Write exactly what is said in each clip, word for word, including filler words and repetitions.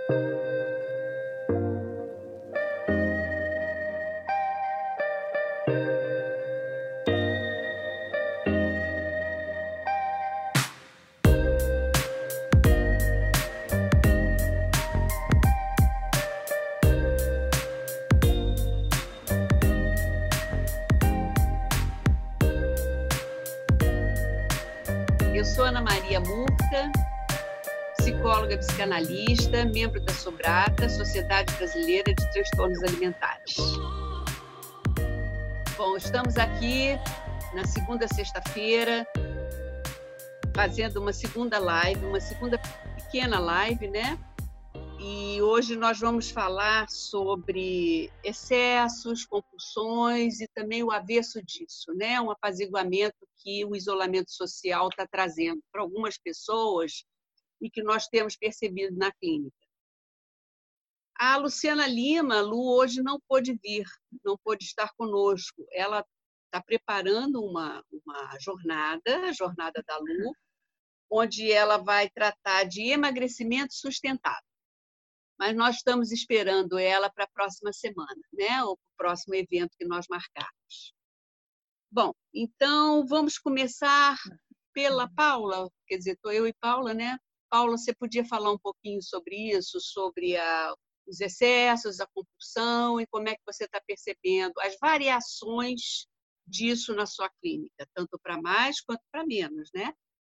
Eu sou Ana Maria Murta, psicóloga psicanalista, membro da Sobrata, Sociedade Brasileira de Transtornos Alimentares. Bom, estamos aqui na segunda sexta-feira, fazendo uma segunda live, uma segunda pequena live, né? E hoje nós vamos falar sobre excessos, compulsões e também o avesso disso, né? Um apaziguamento que o isolamento social está trazendo para algumas pessoas e que nós temos percebido na clínica. A Luciana Lima, Lu, hoje não pôde vir, não pôde estar conosco. Ela está preparando uma, uma jornada, a Jornada da Lu, onde ela vai tratar de emagrecimento sustentável. Mas nós estamos esperando ela para a próxima semana, né? Ou para o próximo evento que nós marcarmos. Bom, então vamos começar pela Paula, quer dizer, estou eu e Paula, né? Paula, você podia falar um pouquinho sobre isso, sobre a, os excessos, a compulsão e como é que você está percebendo as variações disso na sua clínica, tanto para mais quanto para menos, né?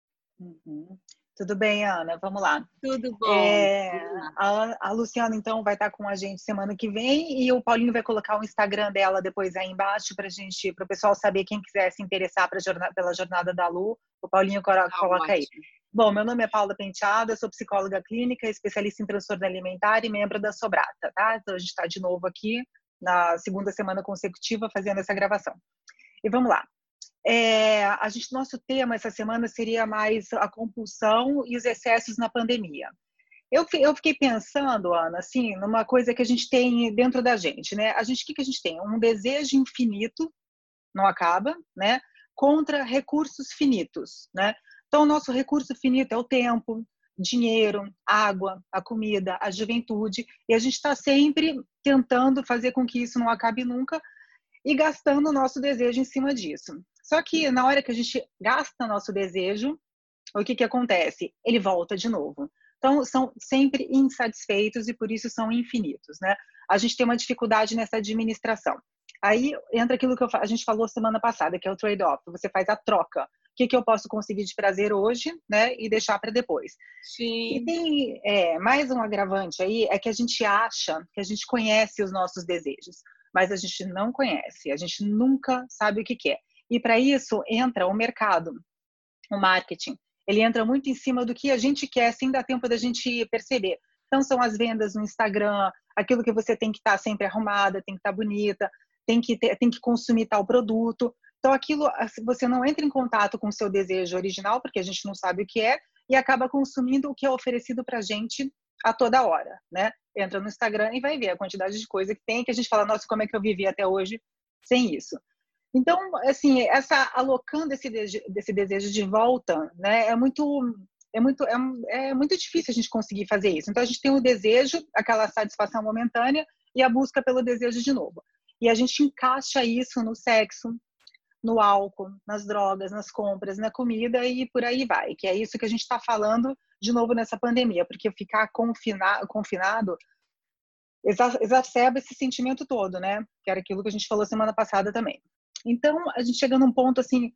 Uhum. Tudo bem, Ana? Vamos lá. Tudo bom. É, a, a Luciana, então, vai estar com a gente semana que vem e o Paulinho vai colocar o Instagram dela depois aí embaixo para gente, para o pessoal saber, quem quiser se interessar pra jornada, pela Jornada da Lu, o Paulinho coloca, Ah, coloca aí. ótimo. Bom, meu nome é Paula Penteado, eu sou psicóloga clínica, especialista em transtorno alimentar e membro da Sobrata, tá? Então, a gente está de novo aqui na segunda semana consecutiva fazendo essa gravação. E vamos lá. É, a gente, nosso tema essa semana seria mais a compulsão e os excessos na pandemia. Eu, eu fiquei pensando, Ana, assim, numa coisa que a gente tem dentro da gente, né? A gente, o que, que a gente tem? Um desejo infinito, não acaba, né? Contra recursos finitos, né? Então, o nosso recurso finito é o tempo, dinheiro, água, a comida, a juventude, e a gente está sempre tentando fazer com que isso não acabe nunca e gastando o nosso desejo em cima disso. Só que na hora que a gente gasta nosso desejo, o que que acontece? Ele volta de novo. Então, são sempre insatisfeitos e por isso são infinitos, né? A gente tem uma dificuldade nessa administração. Aí entra aquilo que eu, a gente falou semana passada, que é o trade-off. Você faz a troca. O que que eu posso conseguir de prazer hoje, né? E deixar para depois. Sim. E tem é, mais um agravante aí, é que a gente acha que a gente conhece os nossos desejos, mas a gente não conhece, a gente nunca sabe o que que é. E para isso entra o mercado, o marketing. Ele entra muito em cima do que a gente quer, sem dar tempo da gente perceber. Então, são as vendas no Instagram, aquilo que você tem que estar sempre arrumada, tem que estar bonita, tem que, ter, tem que consumir tal produto. Então, aquilo, você não entra em contato com o seu desejo original, porque a gente não sabe o que é, e acaba consumindo o que é oferecido para a gente a toda hora, né? Entra no Instagram e vai ver a quantidade de coisa que tem, que a gente fala, nossa, como é que eu vivi até hoje sem isso? Então, assim, essa alocando esse desejo, desse desejo de volta, né, é muito, é muito, é, é muito difícil a gente conseguir fazer isso. Então, a gente tem o desejo, aquela satisfação momentânea e a busca pelo desejo de novo. E a gente encaixa isso no sexo, no álcool, nas drogas, nas compras, na comida e por aí vai. Que é isso que a gente está falando de novo nessa pandemia, porque ficar confina, confinado exacerba esse sentimento todo, né? Que era aquilo que a gente falou semana passada também. Então, a gente chega num ponto assim,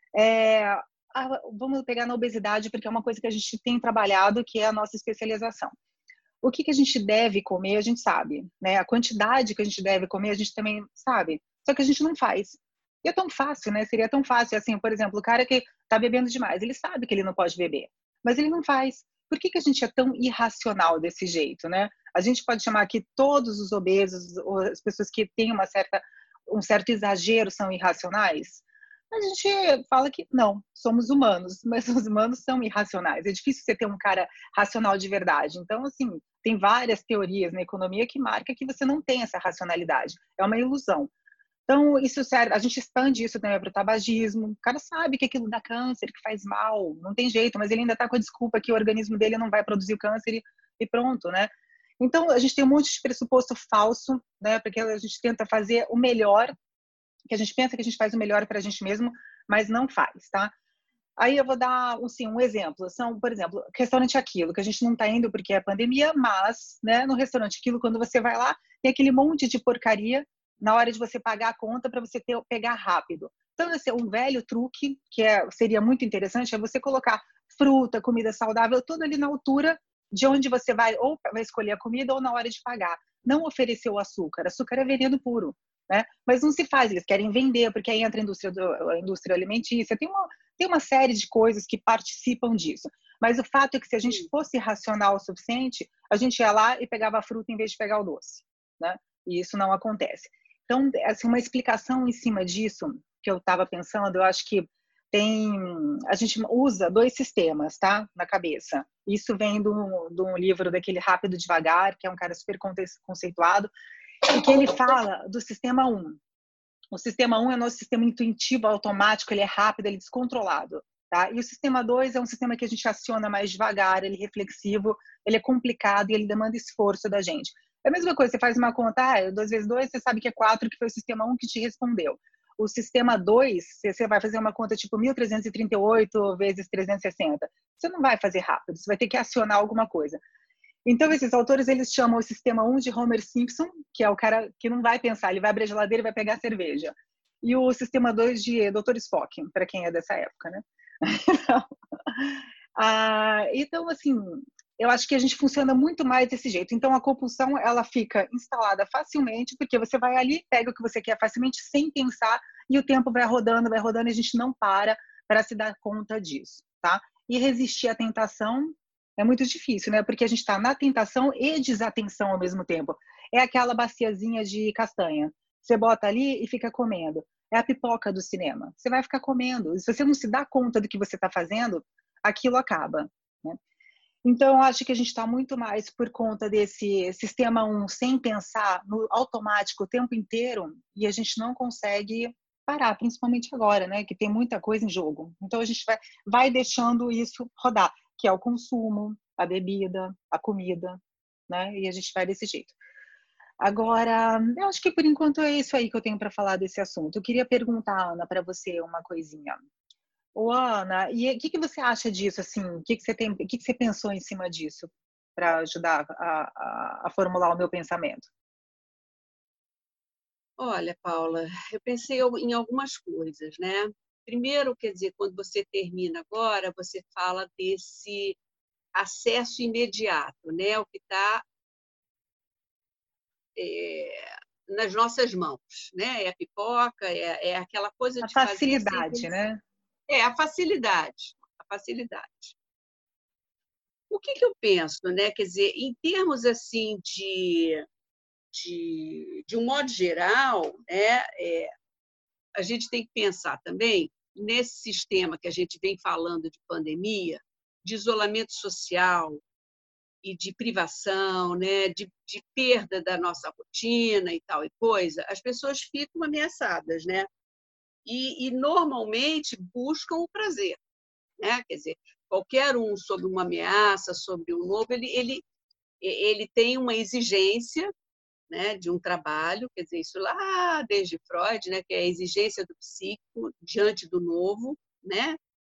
é, ah, vamos pegar na obesidade, porque é uma coisa que a gente tem trabalhado, que é a nossa especialização. O que, que a gente deve comer, a gente sabe, né? A quantidade que a gente deve comer, a gente também sabe, só que a gente não faz. E é tão fácil, né? Seria tão fácil, assim, por exemplo, o cara que tá bebendo demais, ele sabe que ele não pode beber, mas ele não faz. Por que que a gente é tão irracional desse jeito, né? A gente pode chamar aqui todos os obesos, ou as pessoas que têm uma certa um certo exagero são irracionais? A gente fala que não, somos humanos, mas os humanos são irracionais. É difícil você ter um cara racional de verdade. Então, assim, tem várias teorias na economia que marcam que você não tem essa racionalidade. É uma ilusão. Então, isso serve, a gente expande isso também para o tabagismo. O cara sabe que aquilo dá câncer, que faz mal, não tem jeito, mas ele ainda está com a desculpa que o organismo dele não vai produzir o câncer e, e pronto, né? Então, a gente tem um monte de pressuposto falso, né? Porque a gente tenta fazer o melhor, que a gente pensa que a gente faz o melhor para a gente mesmo, mas não faz, tá? Aí eu vou dar assim, um exemplo. São, por exemplo, restaurante Aquilo, que a gente não está indo porque é pandemia, mas né, no restaurante Aquilo, quando você vai lá, tem aquele monte de porcaria na hora de você pagar a conta para você ter, pegar rápido. Então, assim, um velho truque, que é, seria muito interessante, é você colocar fruta, comida saudável, tudo ali na altura de onde você vai, ou vai escolher a comida, ou na hora de pagar. Não oferecer o açúcar. Açúcar é veneno puro. Né? Mas não se faz, eles querem vender, porque aí entra a indústria, do, a indústria alimentícia, tem uma, tem uma série de coisas que participam disso. Mas o fato é que se a gente fosse racional o suficiente, a gente ia lá e pegava a fruta em vez de pegar o doce. Né? E isso não acontece. Então, assim, uma explicação em cima disso, que eu estava pensando, eu acho que tem, a gente usa dois sistemas, tá? Na cabeça. Isso vem de um livro daquele Rápido Devagar, que é um cara super conceituado, e que ele fala do sistema um. O sistema um é o nosso sistema intuitivo, automático, ele é rápido, ele é descontrolado. Tá? E o sistema dois é um sistema que a gente aciona mais devagar, ele é reflexivo, ele é complicado e ele demanda esforço da gente. É a mesma coisa, você faz uma conta, ah, dois vezes dois, você sabe que é quatro, que foi o sistema um que te respondeu. O sistema dois, você vai fazer uma conta tipo mil trezentos e trinta e oito vezes trezentos e sessenta. Você não vai fazer rápido, você vai ter que acionar alguma coisa. Então, esses autores, eles chamam o sistema um de Homer Simpson, que é o cara que não vai pensar, ele vai abrir a geladeira e vai pegar a cerveja. E o sistema dois de doutor Spock, para quem é dessa época, né? Então, ah, então, assim, eu acho que a gente funciona muito mais desse jeito. Então, a compulsão, ela fica instalada facilmente, porque você vai ali, pega o que você quer facilmente, sem pensar, e o tempo vai rodando, vai rodando, e a gente não para para se dar conta disso, tá? E resistir à tentação é muito difícil, né? Porque a gente está na tentação e desatenção ao mesmo tempo. É aquela baciazinha de castanha. Você bota ali e fica comendo. É a pipoca do cinema. Você vai ficar comendo. E se você não se dá conta do que você está fazendo, aquilo acaba. Né? Então, eu acho que a gente está muito mais por conta desse sistema um, sem pensar no automático o tempo inteiro, e a gente não consegue parar, principalmente agora, né? Que tem muita coisa em jogo. Então, a gente vai, vai deixando isso rodar, que é o consumo, a bebida, a comida, né? E a gente vai desse jeito. Agora, eu acho que por enquanto é isso aí que eu tenho para falar desse assunto. Eu queria perguntar, Ana, para você uma coisinha. Ô, Ana, e o que, que você acha disso? Assim, o que, que você tem, o que, que você pensou em cima disso para ajudar a, a, a formular o meu pensamento? Olha, Paula, eu pensei em algumas coisas, né? Primeiro, quer dizer, quando você termina agora, você fala desse acesso imediato, né? O que está é, nas nossas mãos, né? É a pipoca, é, é aquela coisa A de fazer sem facilidade, pensar. né? É a facilidade, a facilidade. O que, que eu penso, né? Quer dizer, em termos assim de, de, de um modo geral, né? É, a gente tem que pensar também nesse sistema que a gente vem falando de pandemia, de isolamento social e de privação, né, de, de perda da nossa rotina e tal e coisa, as pessoas ficam ameaçadas, né? E, e normalmente buscam o prazer, né? Quer dizer, qualquer um sob uma ameaça, sobre um novo, ele, ele, ele tem uma exigência, né, de um trabalho, quer dizer, isso lá desde Freud, né, que é a exigência do psíquico diante do novo, né?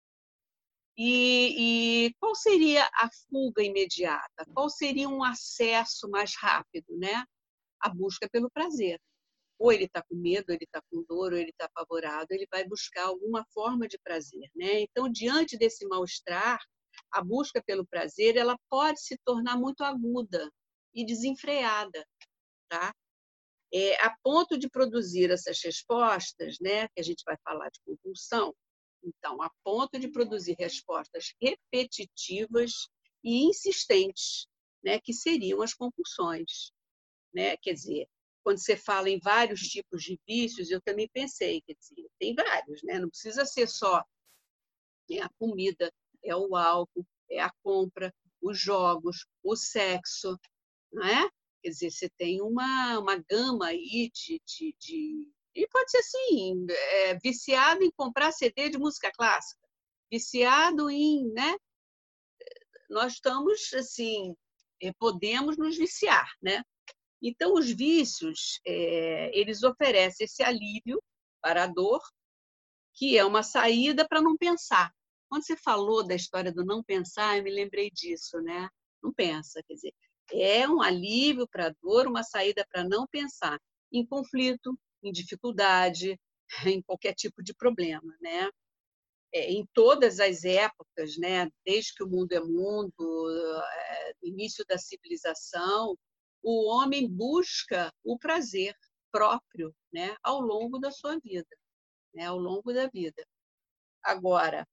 E, e qual seria a fuga imediata? Qual seria um acesso mais rápido, né? A busca pelo prazer. Ou ele está com medo, ou ele está com dor, ou ele está apavorado, ele vai buscar alguma forma de prazer, né? Então, diante desse mal-estar, a busca pelo prazer, ela pode se tornar muito aguda e desenfreada, tá? É, a ponto de produzir essas respostas, né, que a gente vai falar de compulsão, então, a ponto de produzir respostas repetitivas e insistentes, né, que seriam as compulsões, né? Quer dizer, quando você fala em vários tipos de vícios, eu também pensei, quer dizer, tem vários, né? Não precisa ser só, né, a comida, é o álcool, é a compra, os jogos, o sexo, não é? Quer dizer, você tem uma, uma gama aí de, de, de... E pode ser assim, é, viciado em comprar C D de música clássica, viciado em, né? Nós estamos, assim, é, podemos nos viciar, né? Então, os vícios, é, eles oferecem esse alívio para a dor, que é uma saída para não pensar. Quando você falou da história do não pensar, eu me lembrei disso, né? Não pensa, quer dizer, é um alívio para a dor, uma saída para não pensar em conflito, em dificuldade, em qualquer tipo de problema, né? É, em todas as épocas, né? Desde que o mundo é mundo, é, início da civilização, o homem busca o prazer próprio, né? Ao longo da sua vida, né? Ao longo da vida. Agora,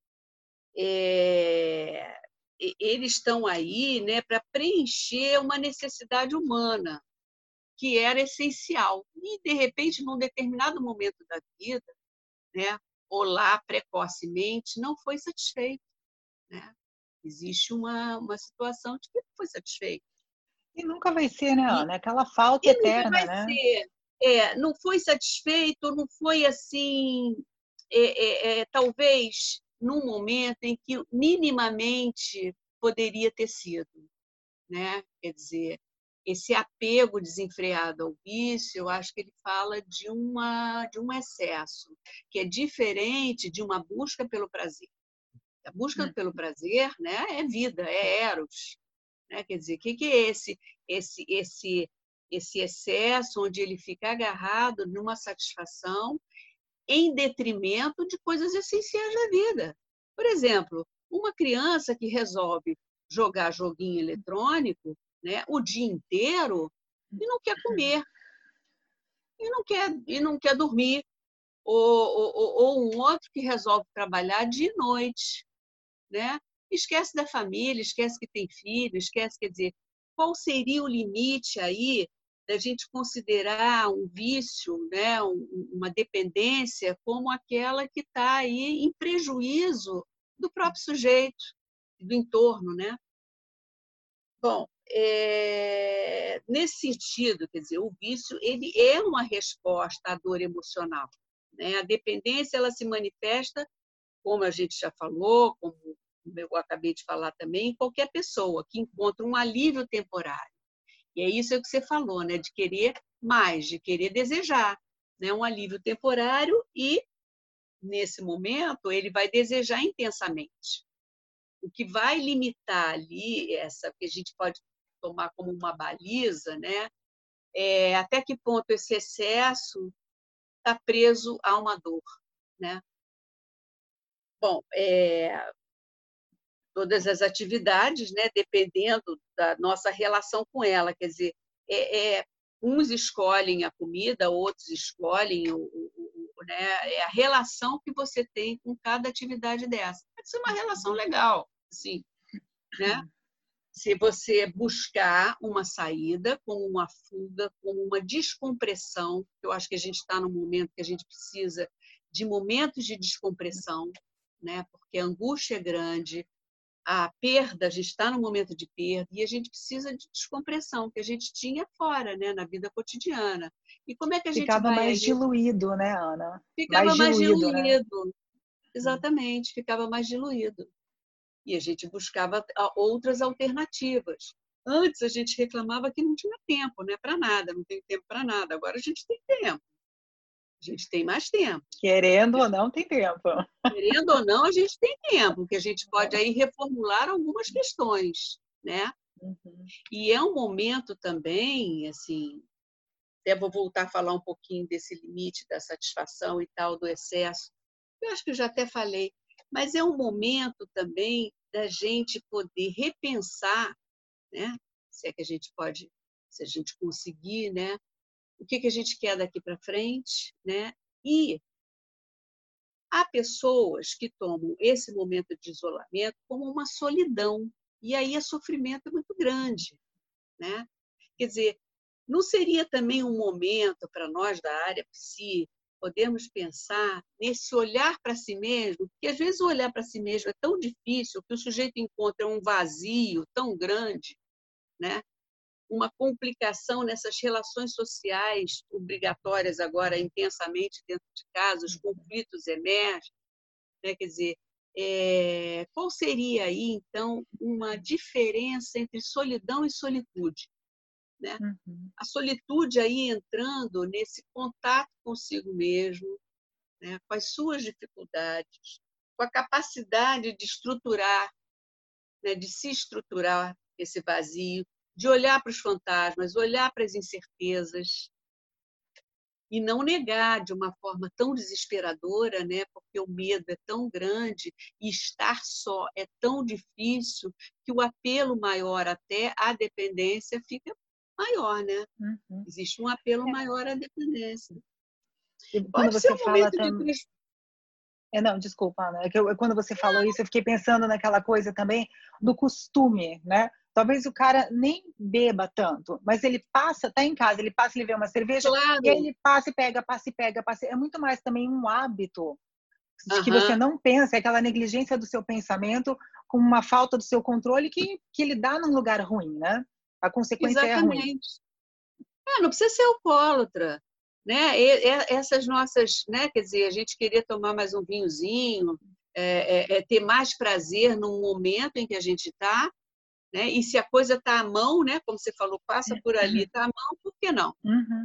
é, eles estão aí, né, para preencher uma necessidade humana que era essencial. E, de repente, num determinado momento da vida, né, ou lá precocemente, não foi satisfeito, né? Existe uma, uma situação de que não foi satisfeito. E nunca vai ser, né, E, Ana? Aquela falta e nunca eterna, vai né? ser. É, não foi satisfeito, não foi assim, é, é, é, talvez num momento em que minimamente poderia ter sido, né? Quer dizer, esse apego desenfreado ao vício, eu acho que ele fala de uma de um excesso, que é diferente de uma busca pelo prazer. A busca Hum. pelo prazer, né, é vida, é eros, né? Quer dizer, o que que é esse esse esse esse excesso onde ele fica agarrado numa satisfação em detrimento de coisas essenciais da vida. Por exemplo, uma criança que resolve jogar joguinho eletrônico, né, o dia inteiro e não quer comer, e não quer, e não quer dormir, ou, ou, ou um outro que resolve trabalhar de noite, né? Esquece da família, esquece que tem filho, esquece, quer dizer, qual seria o limite aí da gente considerar um vício, né, uma dependência como aquela que está aí em prejuízo do próprio sujeito, do entorno, né? Bom, é... nesse sentido, quer dizer, o vício ele é uma resposta à dor emocional, né? A dependência ela se manifesta, como a gente já falou, como eu acabei de falar também, em qualquer pessoa que encontra um alívio temporário. E é isso que você falou, né? De querer mais, de querer desejar, né? Um alívio temporário e, nesse momento, ele vai desejar intensamente. O que vai limitar ali, essa que a gente pode tomar como uma baliza, né? É até que ponto esse excesso está preso a uma dor, né? Bom, é, todas as atividades, né, dependendo da nossa relação com ela. Quer dizer, é, é, uns escolhem a comida, outros escolhem o, o, o, né, é a relação que você tem com cada atividade dessa. Pode ser uma relação legal, assim, né? Se você buscar uma saída, como uma fuga, como uma descompressão, eu acho que a gente está num momento que a gente precisa de momentos de descompressão, né? Porque a angústia é grande, a perda, a gente está no momento de perda e a gente precisa de descompressão, que a gente tinha fora, né, na vida cotidiana. E como é que a gente Ficava vai mais aí? diluído, né, Ana? Mais Ficava mais diluído, né? diluído, exatamente, ficava mais diluído. E a gente buscava outras alternativas. Antes a gente reclamava que não tinha tempo, né, para nada, não tem tempo para nada. Agora a gente tem tempo, a gente tem mais tempo. Querendo ou não, tem tempo. Querendo ou não, a gente tem tempo, que a gente pode aí reformular algumas questões, né? Uhum. E é um momento também, assim, até vou voltar a falar um pouquinho desse limite da satisfação e tal, do excesso. Eu acho que eu já até falei, mas é um momento também da gente poder repensar, né? Se é que a gente pode, se a gente conseguir, né? O que que a gente quer daqui para frente, né? E há pessoas que tomam esse momento de isolamento como uma solidão, e aí o sofrimento é muito grande, né? Quer dizer, não seria também um momento para nós da área psi podermos pensar nesse olhar para si mesmo, porque às vezes o olhar para si mesmo é tão difícil que o sujeito encontra um vazio tão grande, né? Uma complicação nessas relações sociais obrigatórias agora intensamente dentro de casa, os conflitos emergem, né? Quer dizer, é, qual seria aí, então, uma diferença entre solidão e solitude, né? Uhum. A solitude aí entrando nesse contato consigo mesmo, né? Com as suas dificuldades, com a capacidade de estruturar, né? De se estruturar esse vazio, de olhar para os fantasmas, olhar para as incertezas, e não negar de uma forma tão desesperadora, né? Porque o medo é tão grande e estar só é tão difícil que o apelo maior até à dependência fica maior, né? Uhum. Existe um apelo maior à dependência. E quando Pode ser você um fala momento de também. trans- É, não, desculpa, Ana. É que eu, quando você falou isso, eu fiquei pensando naquela coisa também do costume, né? Talvez o cara nem beba tanto, mas ele passa, tá em casa, ele passa, ele vê uma cerveja, e aí Claro. ele passa e pega, passa e pega, passa. É muito mais também um hábito de que você Aham, não pensa, é aquela negligência do seu pensamento com uma falta do seu controle que, que ele dá num lugar ruim, né? A consequência é ruim. exatamente. É, não precisa ser alcoólatra, né? E- e- essas nossas, né? Quer dizer, a gente querer tomar mais um vinhozinho, é, é, é ter mais prazer no momento em que a gente está, né? E se a coisa está à mão, né? Como você falou, passa por ali, está à mão, por que não? Uhum.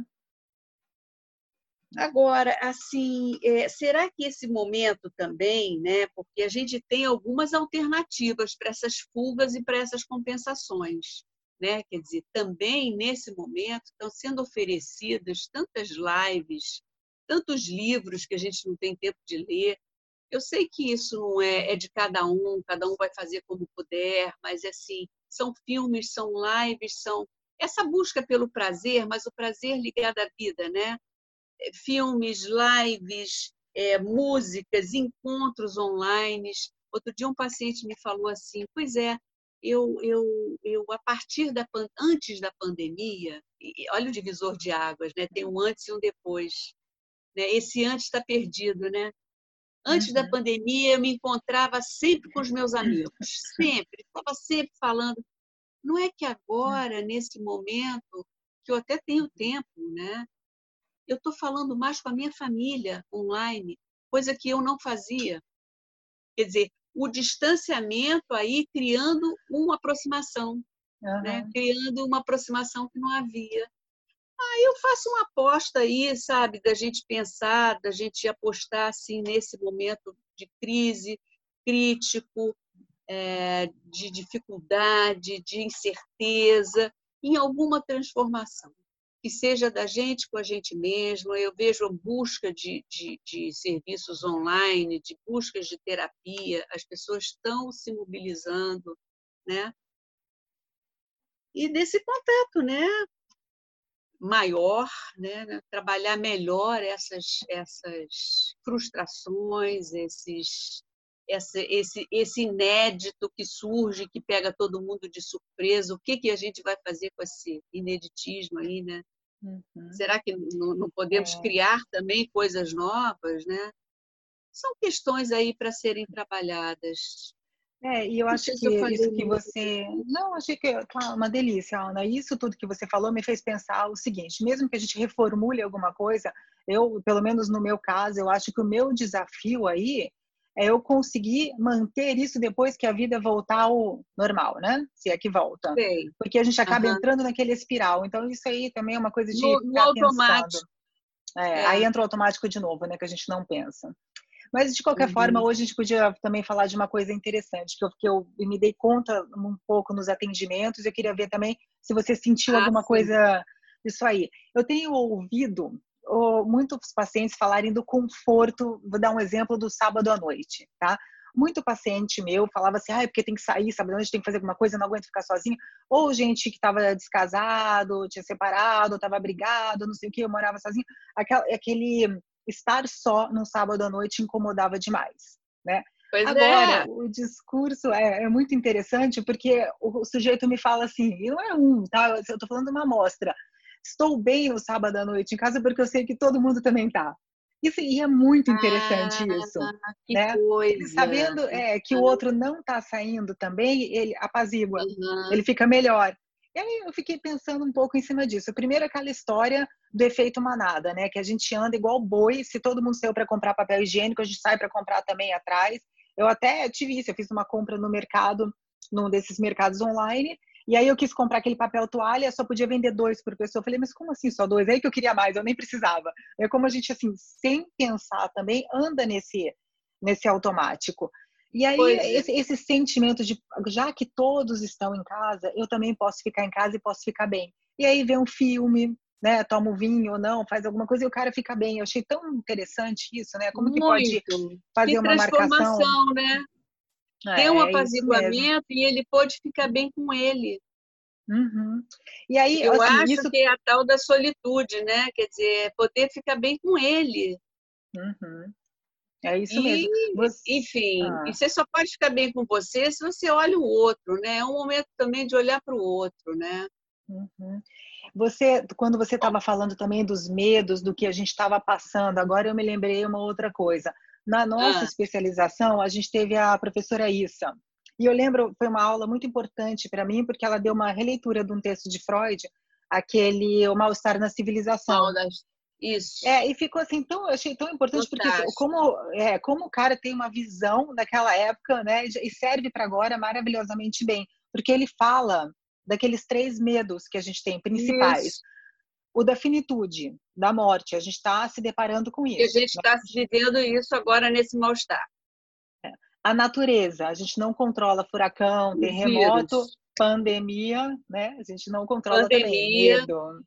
Agora, assim, é, será que esse momento também, né? Porque a gente tem algumas alternativas para essas fugas e para essas compensações, né? Quer dizer, também nesse momento estão sendo oferecidas tantas lives, tantos livros que a gente não tem tempo de ler. Eu sei que isso não é, é de cada um, cada um vai fazer como puder, mas assim, são filmes, são lives, são essa busca pelo prazer, mas o prazer ligado à vida, né? Filmes, lives, é, músicas, encontros online. Outro dia um paciente me falou assim, pois é, eu, eu, eu a partir da antes da pandemia, e olha o divisor de águas, né? Tem um antes e um depois, né? Esse antes está perdido, né? Antes da Uhum. pandemia, eu me encontrava sempre com os meus amigos, sempre, estava sempre falando. Não é que agora, nesse momento, que eu até tenho tempo, né? Eu estou falando mais com a minha família online, coisa que eu não fazia. Quer dizer, o distanciamento aí criando uma aproximação, né? Uhum. Criando uma aproximação que não havia. Aí eu faço uma aposta aí, sabe, da gente pensar, da gente apostar assim nesse momento de crise, crítico, é, de dificuldade, de incerteza, em alguma transformação, que seja da gente com a gente mesmo. Eu vejo a busca de, de, de serviços online, de buscas de terapia, as pessoas estão se mobilizando, né? E desse contato, né? Maior, né? Trabalhar melhor essas, essas frustrações, esses esse, esse, esse inédito que surge, que pega todo mundo de surpresa. O que, que a gente vai fazer com esse ineditismo aí, né? Uhum. Será que não, não podemos É, criar também coisas novas, né? São questões aí para serem trabalhadas. é, e eu Não acho sei que se eu falei isso que muito. você. Não, achei que tá uma delícia, Ana. Isso tudo que você falou me fez pensar o seguinte: mesmo que a gente reformule alguma coisa, eu, pelo menos no meu caso, eu acho que o meu desafio aí é eu conseguir manter isso depois que a vida voltar ao normal, né? Se é que volta. Sei. Porque a gente acaba Aham. entrando naquele espiral. Então, isso aí também é uma coisa de No, no ficar pensando. automático. É, aí É. entra o automático de novo, né? Que a gente não pensa. Mas, de qualquer forma, Uhum. hoje a gente podia também falar de uma coisa interessante, que eu, que eu me dei conta um pouco nos atendimentos, eu queria ver também se você sentiu Ah, alguma sim. coisa disso aí. Eu tenho ouvido oh, muitos pacientes falarem do conforto, vou dar um exemplo do sábado à noite, tá? Muito paciente meu falava assim, ah, é porque tem que sair, sábado à noite tem que fazer alguma coisa, não aguento ficar sozinho. Ou gente que estava descasado, tinha separado, estava brigado, não sei o que, eu morava sozinho. Aquele estar só no sábado à noite incomodava demais, né? Pois Agora, é. o discurso é, é muito interessante porque o, o sujeito me fala assim, e não é um, tá? Eu estou falando de uma amostra. Estou bem no sábado à noite em casa porque eu sei que todo mundo também tá. Isso, e é muito interessante isso, Ah, que né? Ele coisa. sabendo é, que o Aham, outro não está saindo também, ele apazigua, ele aham. fica melhor. E aí eu fiquei pensando um pouco em cima disso. Primeiro, aquela história do efeito manada, né? Que a gente anda igual boi, se todo mundo saiu para comprar papel higiênico, a gente sai para comprar também atrás. Eu até tive isso, eu fiz uma compra no mercado, num desses mercados online, e aí eu quis comprar aquele papel toalha, só podia vender dois por pessoa. Eu falei, mas como assim só dois? Aí que eu queria mais, eu nem precisava. É como a gente, assim, sem pensar também, anda nesse, nesse automático. E aí, Pois é. esse, esse sentimento de, já que todos estão em casa, eu também posso ficar em casa e posso ficar bem. E aí vê um filme, né, toma um vinho ou não, faz alguma coisa e o cara fica bem. Eu achei tão interessante isso, né? Como que pode Muito. fazer Que uma marcação? transformação, né? Ter um É, é isso mesmo. apaziguamento e ele pôde ficar bem com ele. Uhum. E aí, Eu assim, acho isso... que é a tal da solitude, né? Quer dizer, poder ficar bem com ele. Uhum. É isso E, mesmo. Você... enfim, e Ah, você só pode ficar bem com você se você olha o outro, né? É um momento também de olhar para o outro, né? uhum. Você, quando você estava falando também dos medos, do que a gente estava passando, agora eu me lembrei uma outra coisa. Na nossa Ah, especialização, a gente teve a professora Issa. E eu lembro, foi uma aula muito importante para mim, porque ela deu uma releitura de um texto de Freud, aquele O Mal-Estar na mal Civilização. das... Isso, É, e ficou assim, tão, eu achei tão importante, porque fantástico. como, é, como o cara tem uma visão daquela época, né, e serve para agora maravilhosamente bem, porque ele fala daqueles três medos que a gente tem, principais. Isso. O da finitude, da morte, a gente está se deparando com E a isso, gente né? está vivendo isso agora nesse mal-estar. A natureza, a gente não controla furacão, O terremoto, vírus, pandemia, né? A gente não controla também, pandemia, medo.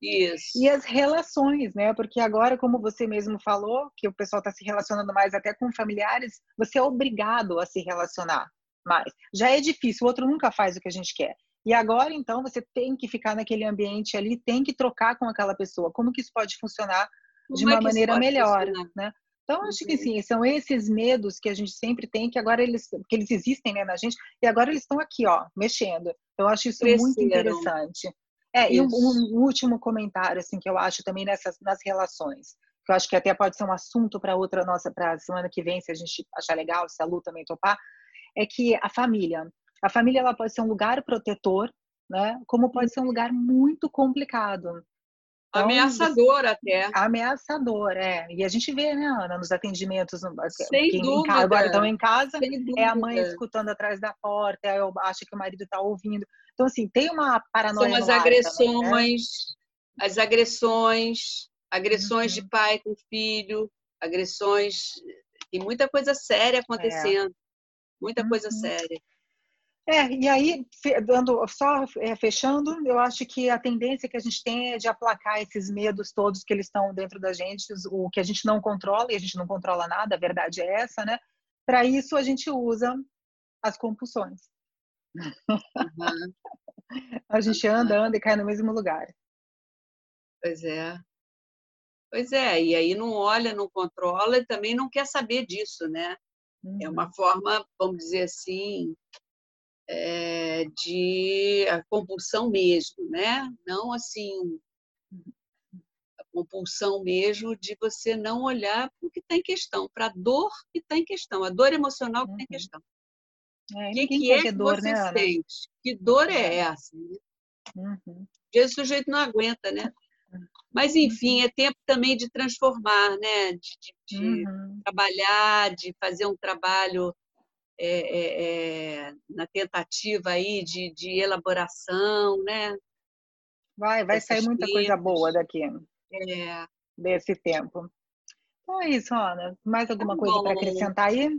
E isso. as relações, né? Porque agora, como você mesmo falou, que o pessoal está se relacionando mais até com familiares, você é obrigado a se relacionar mais. Já é difícil, o outro nunca faz o que a gente quer. E agora, então, você tem que ficar naquele ambiente ali, tem que trocar com aquela pessoa. Como que isso pode funcionar de Como é uma que isso maneira pode melhor, funcionar? né? Então, acho que Uhum. sim, são esses medos que a gente sempre tem, que agora eles, que eles existem, né, na gente, e agora eles estão aqui, ó, mexendo. Eu acho isso muito Cresceram, interessante. É, e um, isso. um último comentário, assim, que eu acho também nessas, nas relações, que eu acho que até pode ser um assunto para outra nossa, para a semana que vem, se a gente achar legal, se a Lu também topar, é que a família, a família ela pode ser um lugar protetor, né, como pode ser um lugar muito complicado. Então, você, Ameaçador até. ameaçador, é. E a gente vê, né, Ana, nos atendimentos, que Sem em casa, agora estão dúvida, em casa, sem é a mãe dúvida. escutando atrás da porta, é, eu acho que o marido está ouvindo. Então, assim, tem uma São paranoia as no ar também, né? agressões, as agressões, agressões de Uhum. pai com filho, agressões. Tem muita coisa séria É. acontecendo, muita coisa Uhum. séria. É, e aí, dando, só é, fechando, eu acho que a tendência que a gente tem é de aplacar esses medos todos que eles estão dentro da gente, o que a gente não controla, e a gente não controla nada, a verdade é essa, né? Para isso, a gente usa as compulsões. Uhum, A gente anda, uhum. anda e cai no mesmo lugar. Pois é. Pois é, e aí não olha, não controla e também não quer saber disso, né? É uma Uhum. forma, vamos dizer assim, é, de a compulsão mesmo, né? Não assim, a compulsão mesmo de você não olhar para o que está em questão, para a dor que está em questão, a dor emocional que está em Uhum. questão. O É, que, ninguém que quer é ter que dor, você né, Ana? sente? Que dor é É. essa? Né? Uhum. Às vezes o sujeito não aguenta, né? Mas, enfim, Uhum. é tempo também de transformar, né? de, de, de Uhum. trabalhar, de fazer um trabalho é, é, é, na tentativa aí de, de elaboração, né? Vai, vai sair Dessas muita coisa boa penas. daqui, É, desse tempo. Então é isso, Ana. Mais tá alguma coisa para bom. acrescentar aí?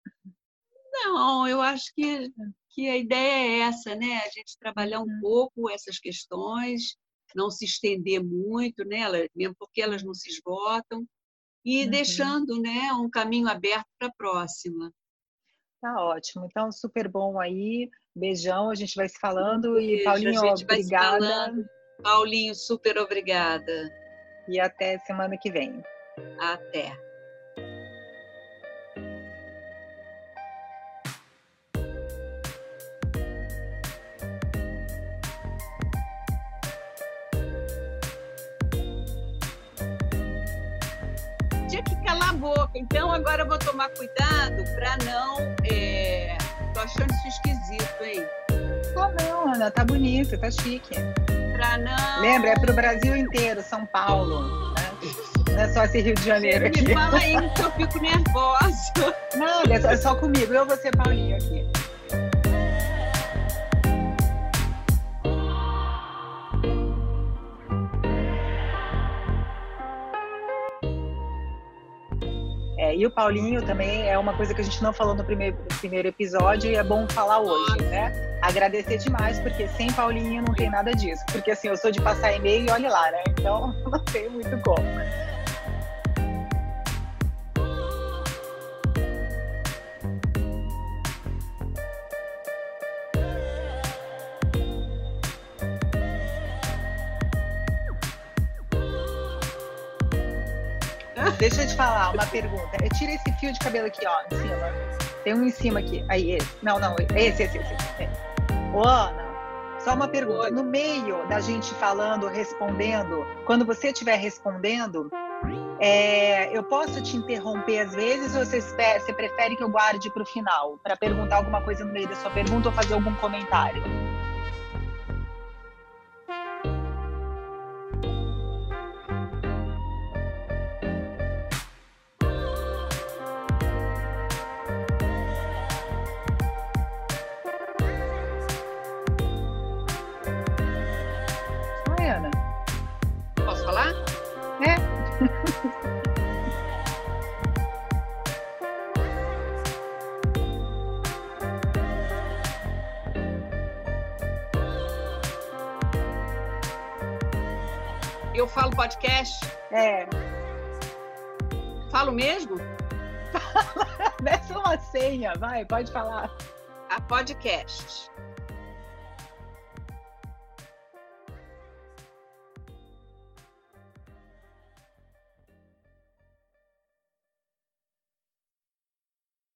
Não, eu acho que, que a ideia é essa, né? A gente trabalhar um Uhum. pouco essas questões, não se estender muito nelas, mesmo porque elas não se esgotam, e Uhum. deixando, né, um caminho aberto para a próxima. Tá ótimo. Então, super bom aí. Beijão, a gente vai se Um falando. E, beijo, a Paulinho, gente vai se obrigada. falando. Paulinho, super obrigada. E até semana que vem. Até. Tinha que calar a boca, então agora eu vou tomar cuidado para não. É... Tô achando isso esquisito, hein? Ah, não, Ana, tá bonito, tá chique. Para não. Lembra, é pro Brasil inteiro, São Paulo, né? não é só esse Rio de Janeiro aqui. Me fala aí que eu fico nervosa. Nada, é só comigo, eu vou ser Paulinho aqui. É, e o Paulinho também é uma coisa que a gente não falou no primeiro, primeiro episódio e é bom falar hoje, né? Agradecer demais, porque sem Paulinho não tem nada disso. Porque assim, eu sou de passar e-mail e olha lá, né? Então não tem muito como. Deixa eu te falar uma pergunta. Tira esse fio de cabelo aqui, ó, em cima. Tem um em cima aqui. Aí, esse. Não, não, esse, esse, esse. esse. Ô, Ana, só uma pergunta. No meio da gente falando, respondendo, quando você estiver respondendo, é, eu posso te interromper às vezes ou você, espera, você prefere que eu guarde para o final, para perguntar alguma coisa no meio da sua pergunta ou fazer algum comentário? Posso falar? É. Eu falo podcast? É. Falo mesmo? Desce uma senha, vai, pode falar. A podcast.